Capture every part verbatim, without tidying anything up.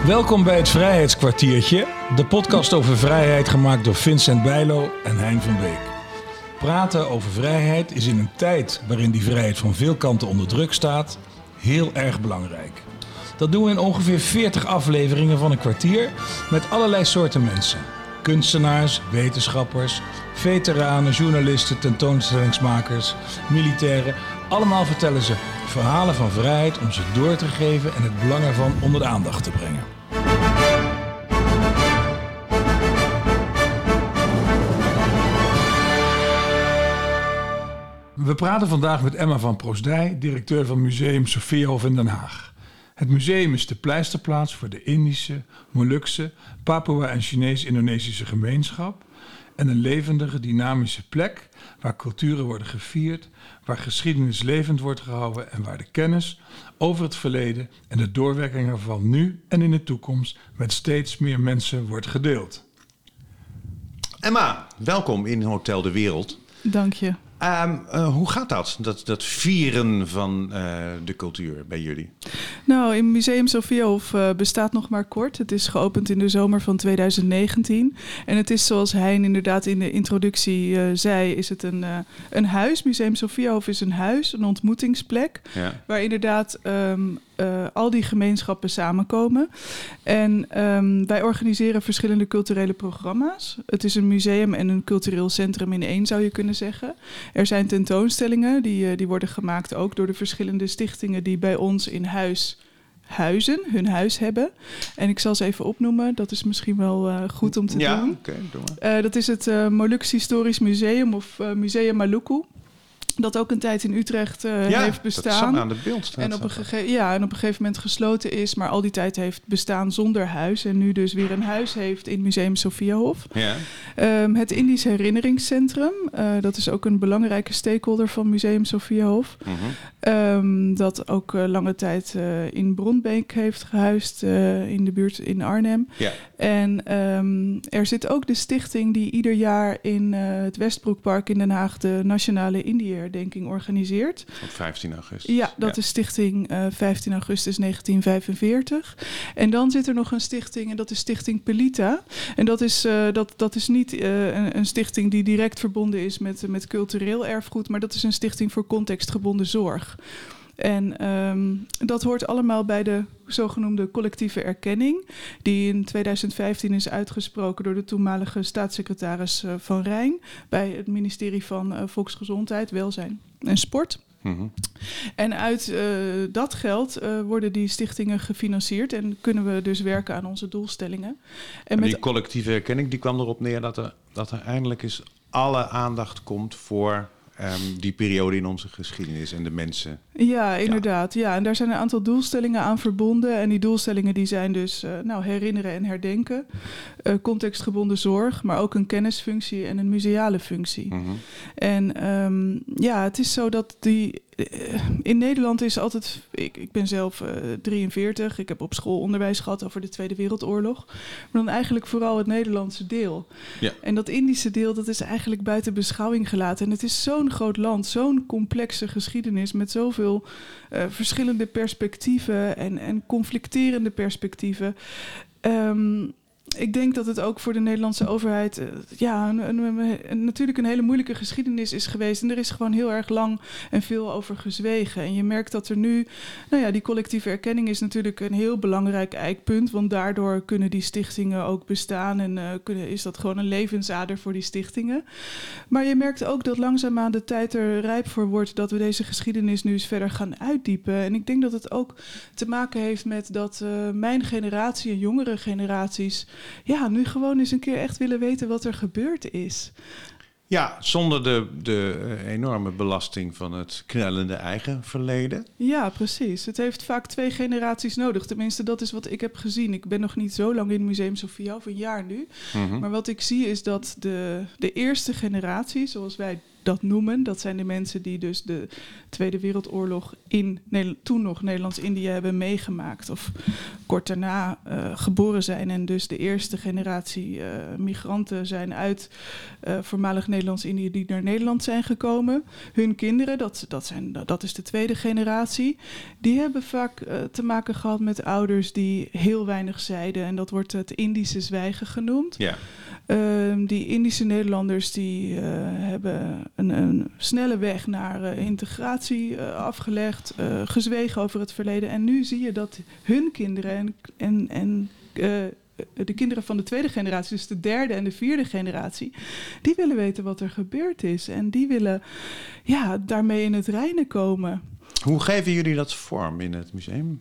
Welkom bij het Vrijheidskwartiertje, de podcast over vrijheid gemaakt door Vincent Bijlo en Hein van Beek. Praten over vrijheid is in een tijd waarin die vrijheid van veel kanten onder druk staat, heel erg belangrijk. Dat doen we in ongeveer veertig afleveringen van een kwartier met allerlei soorten mensen. Kunstenaars, wetenschappers, veteranen, journalisten, tentoonstellingsmakers, militairen. Allemaal vertellen ze verhalen van vrijheid om ze door te geven en het belang ervan onder de aandacht te brengen. We praten vandaag met Emma van Proosdij, directeur van Museum Sophiahof in Den Haag. Het museum is de pleisterplaats voor de Indische, Molukse, Papua en Chinees-Indonesische gemeenschap en een levendige, dynamische plek waar culturen worden gevierd, waar geschiedenis levend wordt gehouden en waar de kennis over het verleden en de doorwerking ervan nu en in de toekomst met steeds meer mensen wordt gedeeld. Emma, welkom in Hotel de Wereld. Dank je. Um, uh, hoe gaat dat, dat, dat vieren van uh, de cultuur bij jullie? Nou, in Museum Sophiahof uh, bestaat nog maar kort. Het is geopend in de zomer van twintig negentien. En het is, zoals Hein inderdaad in de introductie uh, zei, is het een, uh, een huis. Museum Sophiahof is een huis, een ontmoetingsplek, ja. Waar inderdaad um, uh, al die gemeenschappen samenkomen. En um, wij organiseren verschillende culturele programma's. Het is een museum en een cultureel centrum in één, zou je kunnen zeggen. Er zijn tentoonstellingen, die, die worden gemaakt ook door de verschillende stichtingen die bij ons in huis huizen, hun huis hebben. En ik zal ze even opnoemen, dat is misschien wel uh, goed om te ja, doen. Okay, doe maar. Uh, dat is het uh, Molukse Historisch Museum of uh, Museum Maluku. Dat ook een tijd in Utrecht uh, ja, heeft bestaan. Dat zat aan de beeld. En op, een gege- ja, en op een gegeven moment gesloten is, maar al die tijd heeft bestaan zonder huis. En nu dus weer een huis heeft in Museum Sophiahof. Ja. Um, het Indisch Herinneringscentrum, uh, dat is ook een belangrijke stakeholder van Museum Sophiahof. Mm-hmm. Um, dat ook uh, lange tijd uh, in Bronbeek heeft gehuisd, uh, in de buurt in Arnhem. Ja. En um, er zit ook de stichting die ieder jaar in uh, het Westbroekpark in Den Haag de Nationale Indië-herdenking organiseert. Op vijftien augustus. Ja, dat ja. is stichting uh, vijftien augustus negentien vijfenveertig. En dan zit er nog een stichting en dat is Stichting Pelita. En dat is, uh, dat, dat is niet uh, een, een stichting die direct verbonden is met, met cultureel erfgoed, maar dat is een stichting voor contextgebonden zorg. En um, dat hoort allemaal bij de zogenoemde collectieve erkenning, die in twintig vijftien is uitgesproken door de toenmalige staatssecretaris uh, Van Rijn bij het ministerie van uh, Volksgezondheid, Welzijn en Sport. Mm-hmm. En uit uh, dat geld uh, worden die stichtingen gefinancierd en kunnen we dus werken aan onze doelstellingen. En met die collectieve erkenning die kwam erop neer dat er, dat er eindelijk eens alle aandacht komt voor Um, die periode in onze geschiedenis en de mensen. Ja, inderdaad. Ja. ja, en daar zijn een aantal doelstellingen aan verbonden. En die doelstellingen die zijn dus uh, nou, herinneren en herdenken. Uh, contextgebonden zorg, maar ook een kennisfunctie en een museale functie. Mm-hmm. En um, ja, het is zo dat die... Uh, in Nederland is altijd... Ik, ik ben zelf uh, drieënveertig. Ik heb op school onderwijs gehad over de Tweede Wereldoorlog. Maar dan eigenlijk vooral het Nederlandse deel. Ja. En dat Indische deel, dat is eigenlijk buiten beschouwing gelaten. En het is zo'n groot land, zo'n complexe geschiedenis met zoveel uh, verschillende perspectieven en, en conflicterende perspectieven. Um, Ik denk dat het ook voor de Nederlandse overheid uh, ja, een, een, een, een, natuurlijk een hele moeilijke geschiedenis is geweest. En er is gewoon heel erg lang en veel over gezwegen. En je merkt dat er nu, nou ja, die collectieve erkenning is natuurlijk een heel belangrijk eikpunt. Want daardoor kunnen die stichtingen ook bestaan en uh, kunnen, is dat gewoon een levensader voor die stichtingen. Maar je merkt ook dat langzaamaan de tijd er rijp voor wordt dat we deze geschiedenis nu eens verder gaan uitdiepen. En ik denk dat het ook te maken heeft met dat uh, mijn generatie en jongere generaties ja, nu gewoon eens een keer echt willen weten wat er gebeurd is. Ja, zonder de, de enorme belasting van het knellende eigen verleden. Ja, precies. Het heeft vaak twee generaties nodig. Tenminste, dat is wat ik heb gezien. Ik ben nog niet zo lang in het Museum Sophiahof, een jaar nu. Mm-hmm. Maar wat ik zie is dat de, de eerste generatie, zoals wij dat noemen. Dat zijn de mensen die dus de Tweede Wereldoorlog in Nederland, toen nog Nederlands-Indië hebben meegemaakt. Of kort daarna uh, geboren zijn en dus de eerste generatie uh, migranten zijn uit uh, voormalig Nederlands-Indië die naar Nederland zijn gekomen. Hun kinderen, dat, dat, zijn, dat is de tweede generatie, die hebben vaak uh, te maken gehad met ouders die heel weinig zeiden. En dat wordt het Indische zwijgen genoemd. Ja. Uh, die Indische Nederlanders die uh, hebben een, een snelle weg naar uh, integratie uh, afgelegd, uh, gezwegen over het verleden. En nu zie je dat hun kinderen en, en, en uh, de kinderen van de tweede generatie, dus de derde en de vierde generatie, die willen weten wat er gebeurd is. En die willen ja, daarmee in het reine komen. Hoe geven jullie dat vorm in het museum?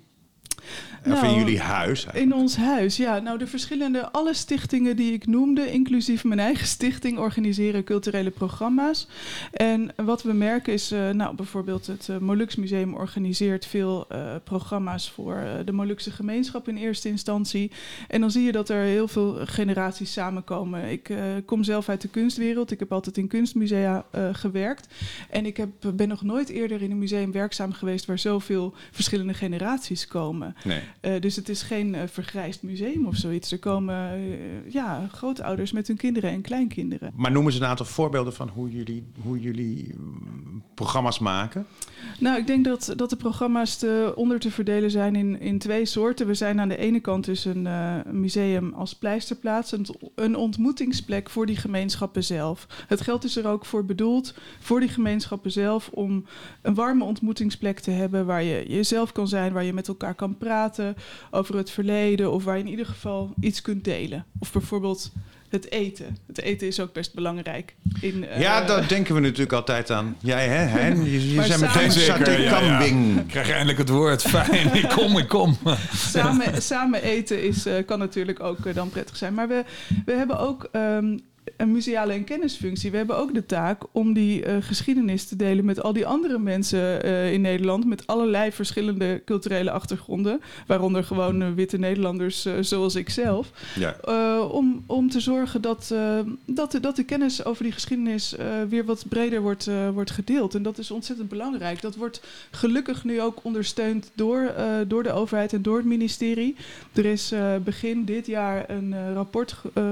Nou, of in jullie huis? Eigenlijk. In ons huis, ja. Nou, de verschillende, alle stichtingen die ik noemde, inclusief mijn eigen stichting, organiseren culturele programma's. En wat we merken is, uh, nou, bijvoorbeeld het uh, Molux Museum organiseert veel uh, programma's voor uh, de Molukse gemeenschap in eerste instantie. En dan zie je dat er heel veel generaties samenkomen. Ik uh, kom zelf uit de kunstwereld. Ik heb altijd in kunstmusea uh, gewerkt. En ik heb, ben nog nooit eerder in een museum werkzaam geweest waar zoveel verschillende generaties komen. Nee. Uh, dus het is geen uh, vergrijsd museum of zoiets. Er komen uh, ja, grootouders met hun kinderen en kleinkinderen. Maar noemen ze een aantal voorbeelden van hoe jullie, hoe jullie um, programma's maken? Nou, ik denk dat, dat de programma's te, onder te verdelen zijn in, in twee soorten. We zijn aan de ene kant dus een uh, museum als pleisterplaats. Een, een ontmoetingsplek voor die gemeenschappen zelf. Het geld is er ook voor bedoeld, voor die gemeenschappen zelf, om een warme ontmoetingsplek te hebben waar je jezelf kan zijn, waar je met elkaar kan praten over het verleden of waar je in ieder geval iets kunt delen. Of bijvoorbeeld het eten. Het eten is ook best belangrijk. In, uh, ja, daar denken we natuurlijk altijd aan. Jij, hè, Hein? Je, je zijn samen, meteen saté kambing. Ja, ja. Krijg je eindelijk het woord. Fijn, ik kom, ik kom. Samen, samen eten is, uh, kan natuurlijk ook uh, dan prettig zijn. Maar we, we hebben ook um, een museale en kennisfunctie. We hebben ook de taak om die uh, geschiedenis te delen met al die andere mensen uh, in Nederland, met allerlei verschillende culturele achtergronden, waaronder gewoon uh, witte Nederlanders uh, zoals ik zelf. Ja. Uh, om, om te zorgen dat, uh, dat, de, dat de kennis over die geschiedenis uh, weer wat breder wordt, uh, wordt gedeeld. En dat is ontzettend belangrijk. Dat wordt gelukkig nu ook ondersteund door, uh, door de overheid en door het ministerie. Er is uh, begin dit jaar een uh, rapport uh,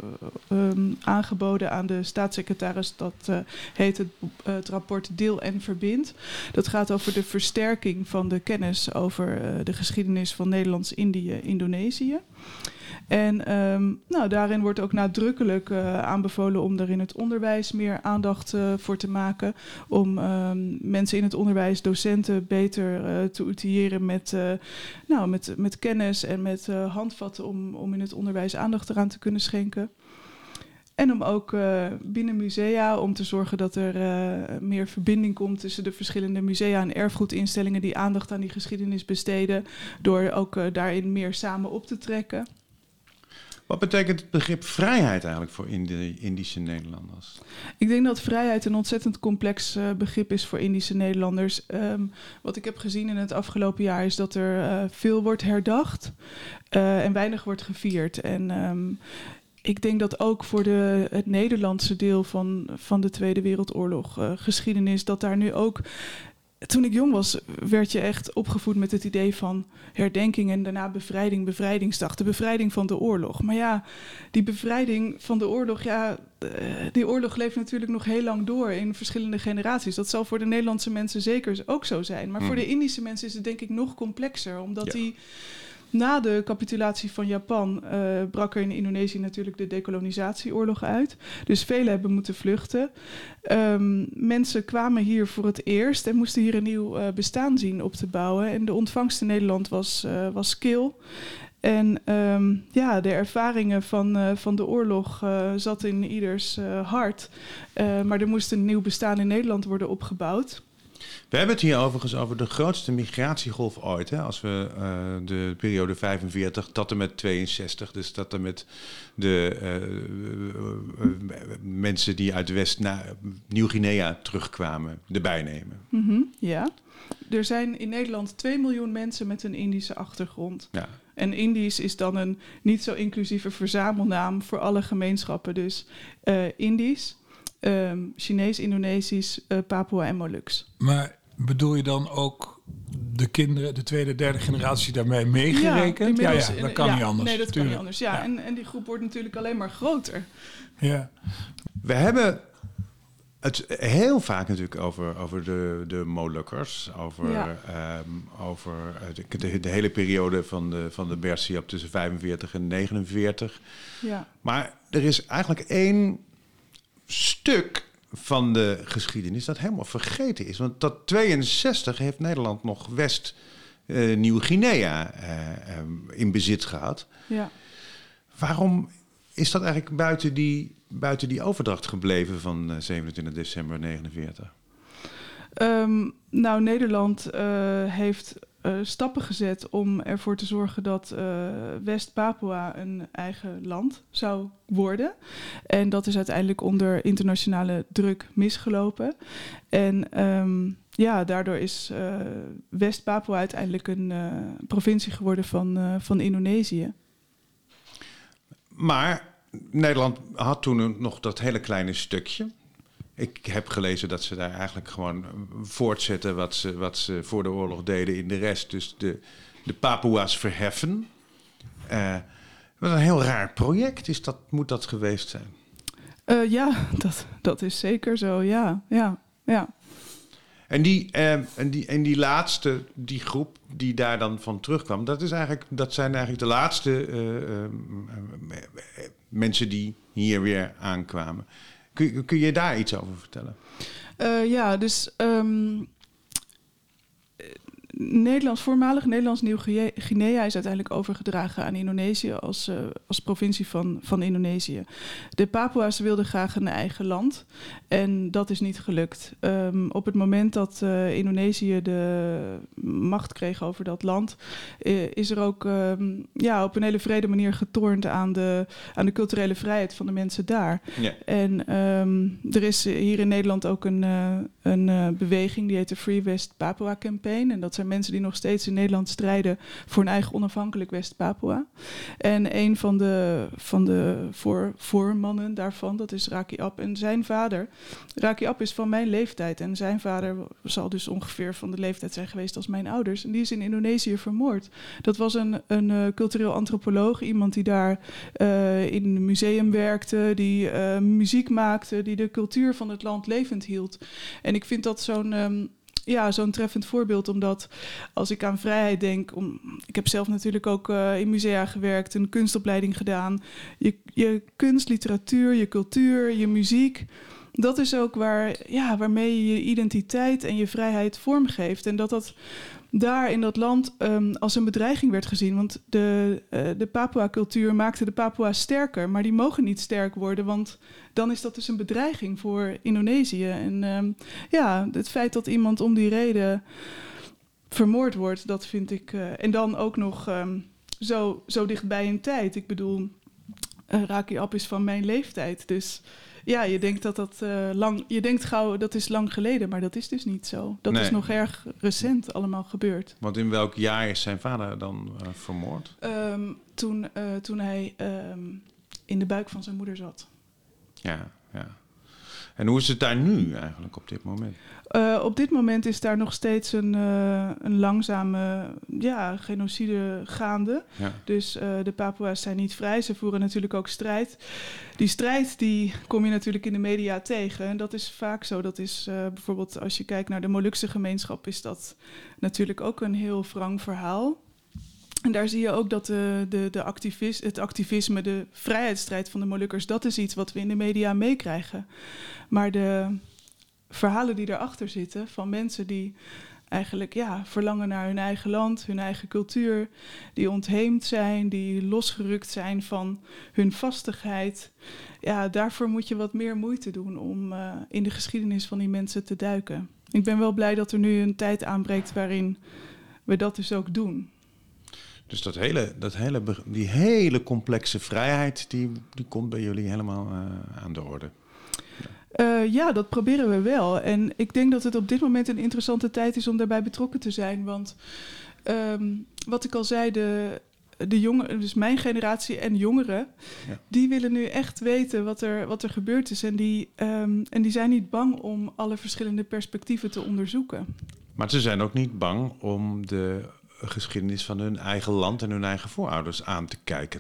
um, aangeboden aan de staatssecretaris. Dat uh, heet het, uh, het rapport Deel en Verbind. Dat gaat over de versterking van de kennis over uh, de geschiedenis van Nederlands-Indië, Indonesië. En um, nou, daarin wordt ook nadrukkelijk uh, aanbevolen om er in het onderwijs meer aandacht uh, voor te maken. Om um, mensen in het onderwijs, docenten, beter uh, te outilleren met, uh, nou, met, met kennis en met uh, handvatten om, om in het onderwijs aandacht eraan te kunnen schenken. En om ook uh, binnen musea, om te zorgen dat er uh, meer verbinding komt tussen de verschillende musea en erfgoedinstellingen die aandacht aan die geschiedenis besteden, door ook uh, daarin meer samen op te trekken. Wat betekent het begrip vrijheid eigenlijk voor Indi- Indische Nederlanders? Ik denk dat vrijheid een ontzettend complex uh, begrip is voor Indische Nederlanders. Um, wat ik heb gezien in het afgelopen jaar is dat er uh, veel wordt herdacht uh, en weinig wordt gevierd. En um, ik denk dat ook voor de, het Nederlandse deel van, van de Tweede Wereldoorlog uh, geschiedenis, dat daar nu ook... Toen ik jong was, werd je echt opgevoed met het idee van herdenking en daarna bevrijding, bevrijdingsdag, de bevrijding van de oorlog. Maar ja, die bevrijding van de oorlog, ja, die oorlog leeft natuurlijk nog heel lang door in verschillende generaties. Dat zal voor de Nederlandse mensen zeker ook zo zijn. Maar mm. voor de Indische mensen is het denk ik nog complexer, omdat ja. die... Na de capitulatie van Japan uh, brak er in Indonesië natuurlijk de dekolonisatieoorlog uit. Dus velen hebben moeten vluchten. Um, mensen kwamen hier voor het eerst en moesten hier een nieuw uh, bestaan zien op te bouwen. En de ontvangst in Nederland was, uh, was kil. En um, ja, de ervaringen van, uh, van de oorlog uh, zat in ieders uh, hart. Uh, maar er moest een nieuw bestaan in Nederland worden opgebouwd. We hebben het hier overigens over de grootste migratiegolf ooit. Hè? Als we uh, de periode vijfenveertig tot en met tweeënzestig, dus tot en met de uh, uh, uh, mensen die uit West naar Nieuw-Guinea terugkwamen, erbij nemen. Mm-hmm, ja, er zijn in Nederland twee miljoen mensen met een Indische achtergrond. Ja. En Indisch is dan een niet zo inclusieve verzamelnaam voor alle gemeenschappen, dus uh, Indisch. um, Chinees, Indonesisch, uh, Papua en Molux. Maar bedoel je dan ook de kinderen, de tweede, derde generatie daarmee meegerekend? Ja, ja, ja, dat kan ja, niet anders. Nee, dat tuurlijk. kan niet anders. Ja, ja. En, en die groep wordt natuurlijk alleen maar groter. Ja. We hebben het heel vaak natuurlijk over, over de, de Molukkers, over, ja. um, over de, de, de hele periode van de, van de Bersiap tussen vijfenveertig en negenenveertig. Ja. Maar er is eigenlijk één stuk van de geschiedenis dat helemaal vergeten is. Want tot tweeënzestig heeft Nederland nog West uh, Nieuw-Guinea uh, um, in bezit gehad. Ja. Waarom is dat eigenlijk buiten die, buiten die overdracht gebleven van uh, zevenentwintig december negenenveertig? Um, nou, Nederland uh, heeft uh, stappen gezet om ervoor te zorgen dat uh, West-Papua een eigen land zou worden. En dat is uiteindelijk onder internationale druk misgelopen. En um, ja, daardoor is uh, West-Papua uiteindelijk een uh, provincie geworden van, uh, van Indonesië. Maar Nederland had toen nog dat hele kleine stukje. Ik heb gelezen dat ze daar eigenlijk gewoon voortzetten wat ze, wat ze voor de oorlog deden in de rest. Dus de, de Papua's verheffen. Uh, wat een heel raar project is dat, moet dat geweest zijn. Uh, ja, dat, dat is zeker zo, ja. ja, ja. En die, uh, en, die, en die laatste, die groep die daar dan van terugkwam, dat, is eigenlijk, dat zijn eigenlijk de laatste uh, uh, uh, mensen die hier weer aankwamen. Kun, kun je daar iets over vertellen? Uh, ja, dus um, Nederlands, voormalig Nederlands Nieuw-Guinea is uiteindelijk overgedragen aan Indonesië als, uh, als provincie van, van Indonesië. De Papua's wilden graag een eigen land en dat is niet gelukt. Um, op het moment dat uh, Indonesië de macht kreeg over dat land, uh, is er ook um, ja, op een hele vrede manier getornd aan de, aan de culturele vrijheid van de mensen daar. Ja. En um, er is hier in Nederland ook een, uh, een uh, beweging die heet de Free West Papua Campaign. En dat zijn mensen die nog steeds in Nederland strijden voor een eigen onafhankelijk West-Papua. En een van de, van de voor, voormannen daarvan, dat is Raki Ap. En zijn vader, Raki Ap is van mijn leeftijd. En zijn vader zal dus ongeveer van de leeftijd zijn geweest als mijn ouders. En die is in Indonesië vermoord. Dat was een, een uh, cultureel antropoloog, iemand die daar uh, in een museum werkte, die uh, muziek maakte, die de cultuur van het land levend hield. En ik vind dat zo'n... Um, Ja, zo'n treffend voorbeeld, omdat als ik aan vrijheid denk... Om, ik heb zelf natuurlijk ook uh, in musea gewerkt, een kunstopleiding gedaan. Je, je kunst, literatuur, je cultuur, je muziek... dat is ook waar, ja, waarmee je je identiteit en je vrijheid vormgeeft. En dat dat daar in dat land um, als een bedreiging werd gezien. Want de, uh, de Papua-cultuur maakte de Papua's sterker, maar die mogen niet sterk worden, want dan is dat dus een bedreiging voor Indonesië. En um, ja, het feit dat iemand om die reden vermoord wordt, dat vind ik... Uh, en dan ook nog um, zo, zo dichtbij in tijd. Ik bedoel, uh, Raki Ap is van mijn leeftijd, dus... Ja, je denkt dat dat uh, lang... Je denkt gauw, dat is lang geleden, maar dat is dus niet zo. Dat nee. is nog erg recent allemaal gebeurd. Want in welk jaar is zijn vader dan uh, vermoord? Um, toen, uh, toen hij um, in de buik van zijn moeder zat. Ja, ja. En hoe is het daar nu eigenlijk op dit moment? Uh, op dit moment is daar nog steeds een, uh, een langzame ja, genocide gaande. Ja. Dus uh, de Papua's zijn niet vrij. Ze voeren natuurlijk ook strijd. Die strijd die kom je natuurlijk in de media tegen. En dat is vaak zo. Dat is uh, bijvoorbeeld als je kijkt naar de Molukse gemeenschap... is dat natuurlijk ook een heel wrang verhaal. En daar zie je ook dat de, de, de activis, het activisme, de vrijheidsstrijd van de Molukkers... dat is iets wat we in de media meekrijgen. Maar de verhalen die erachter zitten van mensen die eigenlijk ja, verlangen naar hun eigen land, hun eigen cultuur... die ontheemd zijn, die losgerukt zijn van hun vastigheid... ja, daarvoor moet je wat meer moeite doen om uh, in de geschiedenis van die mensen te duiken. Ik ben wel blij dat er nu een tijd aanbreekt waarin we dat dus ook doen... Dus dat hele, dat hele, die hele complexe vrijheid, die, die komt bij jullie helemaal uh, aan de orde. Ja. Uh, ja, dat proberen we wel. En ik denk dat het op dit moment een interessante tijd is om daarbij betrokken te zijn. Want um, wat ik al zei, de, de jongen, dus mijn generatie en jongeren, Ja. die willen nu echt weten wat er, wat er gebeurd is. En die, um, en die zijn niet bang om alle verschillende perspectieven te onderzoeken. Maar ze zijn ook niet bang om de geschiedenis van hun eigen land en hun eigen voorouders aan te kijken.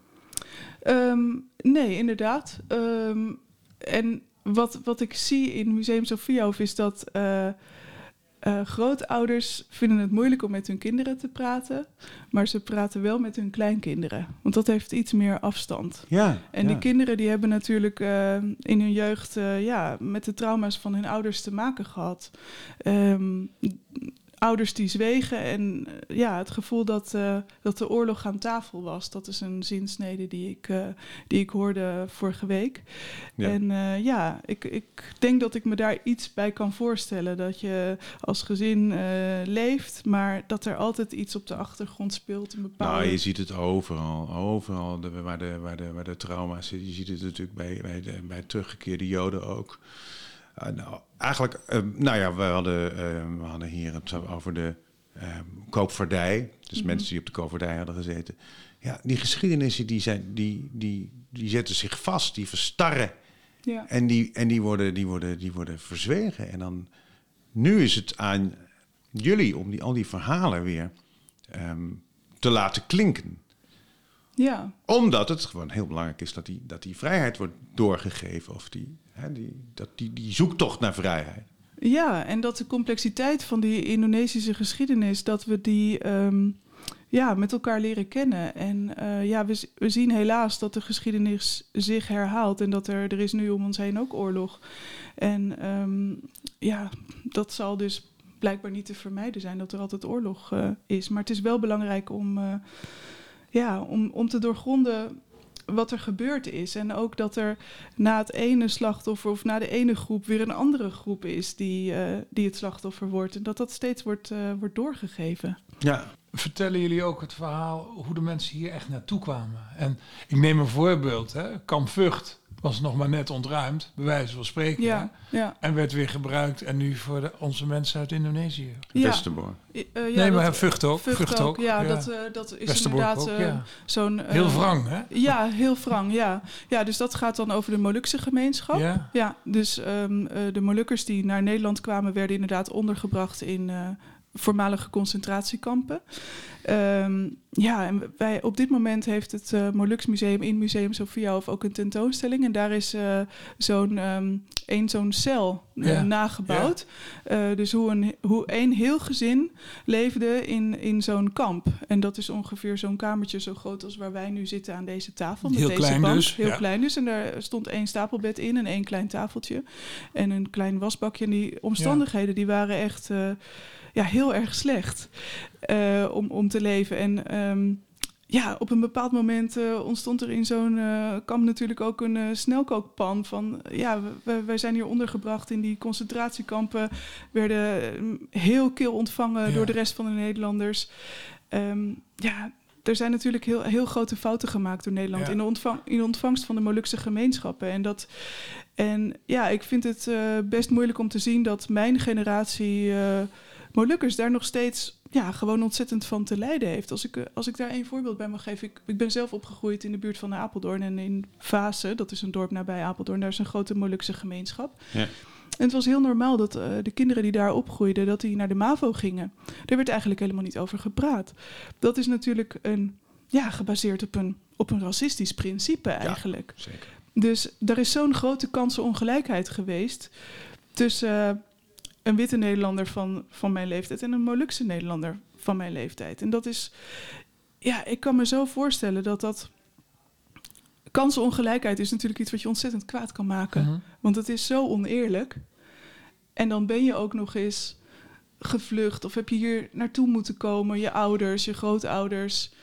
Um, nee, inderdaad. Um, en wat, wat ik zie in Museum Sofiahof is dat uh, uh, grootouders vinden het moeilijk om met hun kinderen te praten, maar ze praten wel met hun kleinkinderen. Want dat heeft iets meer afstand. Ja, En ja. die kinderen die hebben natuurlijk uh, in hun jeugd uh, ja, met de trauma's van hun ouders te maken gehad. Um, Ouders die zwegen en uh, ja, het gevoel dat, uh, dat de oorlog aan tafel was. Dat is een zinsnede die ik, uh, die ik hoorde vorige week. Ja. En uh, ja, ik, ik denk dat ik me daar iets bij kan voorstellen. Dat je als gezin uh, leeft, maar dat er altijd iets op de achtergrond speelt. Een bepaalde... Nou, je ziet het overal. Overal de, waar, de, waar, de, waar de trauma's zitten. Je ziet het natuurlijk bij, bij, de, bij teruggekeerde Joden ook. Uh, nou, eigenlijk, uh, nou ja, we hadden, uh, we hadden hier het over de uh, koopvaardij. Dus Mm-hmm. mensen die op de koopvaardij hadden gezeten. Ja, die geschiedenissen die, zijn, die, die, die zetten zich vast, die verstarren. Ja. En, die, en die, worden, die, worden, die worden verzwegen. En dan, nu is het aan jullie om die, al die verhalen weer um, te laten klinken. Ja. Omdat het gewoon heel belangrijk is dat die, dat die vrijheid wordt doorgegeven. Of die, hè, die, dat die, die zoektocht naar vrijheid. Ja, en dat de complexiteit van die Indonesische geschiedenis, dat we die um, ja, met elkaar leren kennen. En uh, ja, we, we zien helaas dat de geschiedenis zich herhaalt en dat er, er is nu om ons heen ook oorlog. En um, ja, dat zal dus blijkbaar niet te vermijden zijn dat er altijd oorlog uh, is. Maar het is wel belangrijk om, uh, ja, om, om te doorgronden wat er gebeurd is. En ook dat er na het ene slachtoffer of na de ene groep weer een andere groep is die, uh, die het slachtoffer wordt. En dat dat steeds wordt, uh, wordt doorgegeven. Ja. Vertellen jullie ook het verhaal hoe de mensen hier echt naartoe kwamen? En ik neem een voorbeeld. Hè. Kamp Vught was nog maar net ontruimd, bij wijze van spreken. Ja, ja. En werd weer gebruikt en nu voor de, onze mensen uit Indonesië. Ja. Westerbork. Uh, ja, nee, maar dat, Vught ook. Vught Vught ook. ook. Ja, ja. Dat, uh, dat is Westerbork inderdaad ook, uh, ja. zo'n... Uh, heel wrang, hè? Ja, heel wrang, ja. Ja, dus dat gaat dan over de Molukse gemeenschap. Ja. Ja, dus um, uh, de Molukkers die naar Nederland kwamen werden inderdaad ondergebracht in uh, voormalige concentratiekampen. Um, ja, en wij, op dit moment heeft het uh, Moluks Museum in Museum Sofiahof ook een tentoonstelling. En daar is uh, zo'n um, één zo'n cel uh, ja. nagebouwd. Ja. Uh, dus hoe een, hoe één heel gezin leefde in, in zo'n kamp. En dat is ongeveer zo'n kamertje zo groot als waar wij nu zitten aan deze tafel. Met heel deze klein bank. dus. Heel ja. klein dus. En daar stond één stapelbed in en één klein tafeltje. En een klein wasbakje. En die omstandigheden ja. die waren echt... Uh, Ja, heel erg slecht uh, om, om te leven. En um, ja, op een bepaald moment uh, ontstond er in zo'n uh, kamp natuurlijk ook een uh, snelkookpan van... Ja, wij, wij zijn hier ondergebracht in die concentratiekampen. Werden um, heel kil ontvangen ja. door de rest van de Nederlanders. Um, ja, er zijn natuurlijk heel, heel grote fouten gemaakt door Nederland... Ja. in, de ontvang, in de ontvangst van de Molukse gemeenschappen. En, dat, en ja, ik vind het uh, best moeilijk om te zien dat mijn generatie... Uh, Molukkers daar nog steeds ja, gewoon ontzettend van te lijden heeft. Als ik, als ik daar één voorbeeld bij mag geven. Ik, ik ben zelf opgegroeid in de buurt van Apeldoorn. En in Vaassen, dat is een dorp nabij Apeldoorn. Daar is een grote Molukse gemeenschap. Ja. En het was heel normaal dat uh, de kinderen die daar opgroeiden... dat die naar de MAVO gingen. Daar werd eigenlijk helemaal niet over gepraat. Dat is natuurlijk een, ja, gebaseerd op een, op een racistisch principe eigenlijk. Ja, zeker. Dus er is zo'n grote kansenongelijkheid geweest... tussen... Uh, een witte Nederlander van, van mijn leeftijd en een Molukse Nederlander van mijn leeftijd. En dat is, ja, ik kan me zo voorstellen dat dat... Kansenongelijkheid is natuurlijk iets wat je ontzettend kwaad kan maken. Uh-huh. Want het is zo oneerlijk. En dan ben je ook nog eens gevlucht of heb je hier naartoe moeten komen, je ouders, je grootouders.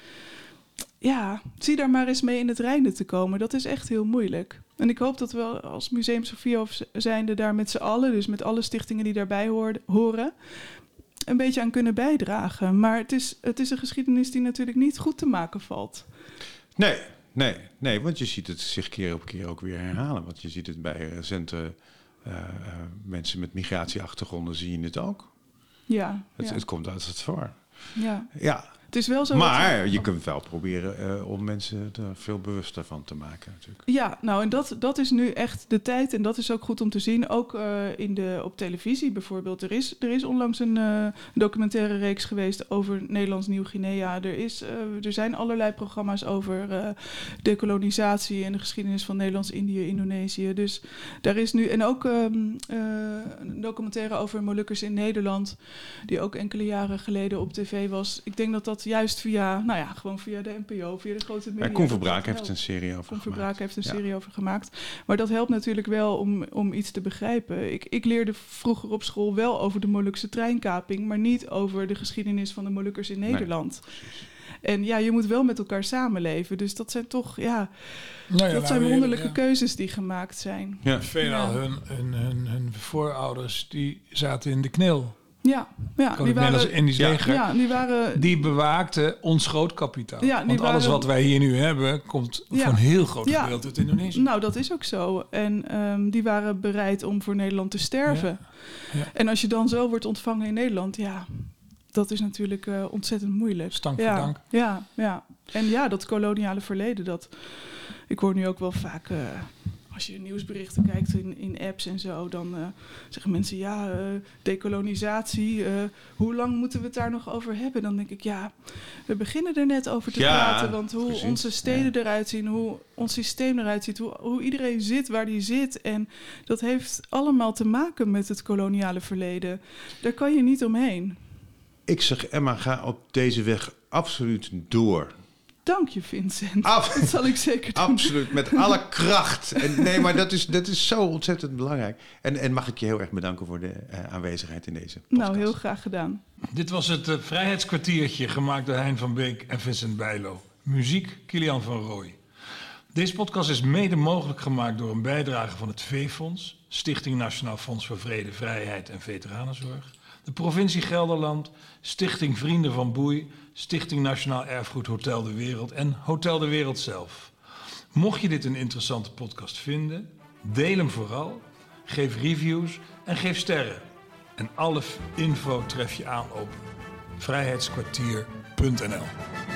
Ja, zie daar maar eens mee in het reinen te komen. Dat is echt heel moeilijk. En ik hoop dat we als Museum Sofiahof zijnde daar met z'n allen... dus met alle stichtingen die daarbij hoorden, horen... een beetje aan kunnen bijdragen. Maar het is, het is een geschiedenis die natuurlijk niet goed te maken valt. Nee, nee, nee, want je ziet het zich keer op keer ook weer herhalen. Want je ziet het bij recente uh, uh, mensen met migratieachtergronden zie je het ook. Ja, Het, ja. het komt altijd voor. Ja. Ja. Het is wel zo. Maar dat... je kunt wel proberen uh, om mensen er veel bewuster van te maken natuurlijk. Ja, nou en dat, dat is nu echt de tijd en dat is ook goed om te zien. Ook uh, in de, op televisie bijvoorbeeld. Er is, er is onlangs een uh, documentaire reeks geweest over Nederlands Nieuw-Guinea. Er, is, uh, er zijn allerlei programma's over uh, dekolonisatie en de geschiedenis van Nederlands-Indië, Indonesië. Dus daar is nu, en ook um, uh, een documentaire over Molukkers in Nederland, die ook enkele jaren geleden op tv was. Ik denk dat dat juist via, nou ja, gewoon via de N P O, via de grote media. Ja, Koen Verbraak heeft een serie over Koen gemaakt. Verbraak heeft een ja. serie over gemaakt. Maar dat helpt natuurlijk wel om, om iets te begrijpen. Ik, ik leerde vroeger op school wel over de Molukse treinkaping, maar niet over de geschiedenis van de Molukkers in Nederland. Nee, en ja, je moet wel met elkaar samenleven. Dus dat zijn toch, ja, nou ja dat zijn nou, wonderlijke ja. keuzes die gemaakt zijn. Ja. Veelal ja. hun, hun, hun, hun voorouders, die zaten in de knil. Ja, ja die waren, Indisch ja, leger, ja, die, waren, die bewaakten ons grootkapitaal. Ja, Want waren, alles wat wij hier nu hebben, komt ja, voor een heel groot ja, gedeelte uit Indonesië. Nou, dat is ook zo. En um, die waren bereid om voor Nederland te sterven. Ja. Ja. En als je dan zo wordt ontvangen in Nederland, ja, dat is natuurlijk uh, ontzettend moeilijk. Stank ja, voor dank. Ja, ja. En ja, dat koloniale verleden, dat ik hoor nu ook wel vaak... Uh, Als je nieuwsberichten kijkt in, in apps en zo, dan uh, zeggen mensen, ja, uh, dekolonisatie, uh, hoe lang moeten we het daar nog over hebben? Dan denk ik, ja, we beginnen er net over te ja, praten, want hoe precies. onze steden ja. eruit zien, hoe ons systeem eruit ziet, hoe, hoe iedereen zit waar die zit. En dat heeft allemaal te maken met het koloniale verleden. Daar kan je niet omheen. Ik zeg, Emma, ga op deze weg absoluut door. Dank je, Vincent. Ab- dat zal ik zeker doen. Absoluut, met alle kracht. En nee, maar dat is, dat is zo ontzettend belangrijk. En, en mag ik je heel erg bedanken voor de uh, aanwezigheid in deze podcast. Nou, heel graag gedaan. Dit was het uh, Vrijheidskwartiertje, gemaakt door Hein van Beek en Vincent Bijlo. Muziek, Kilian van Rooij. Deze podcast is mede mogelijk gemaakt door een bijdrage van het V-Fonds, Stichting Nationaal Fonds voor Vrede, Vrijheid en Veteranenzorg, de provincie Gelderland, Stichting Vrienden van Boei, Stichting Nationaal Erfgoed Hotel de Wereld en Hotel de Wereld zelf. Mocht je dit een interessante podcast vinden, deel hem vooral, geef reviews en geef sterren. En alle info tref je aan op vrijheidskwartier punt n l.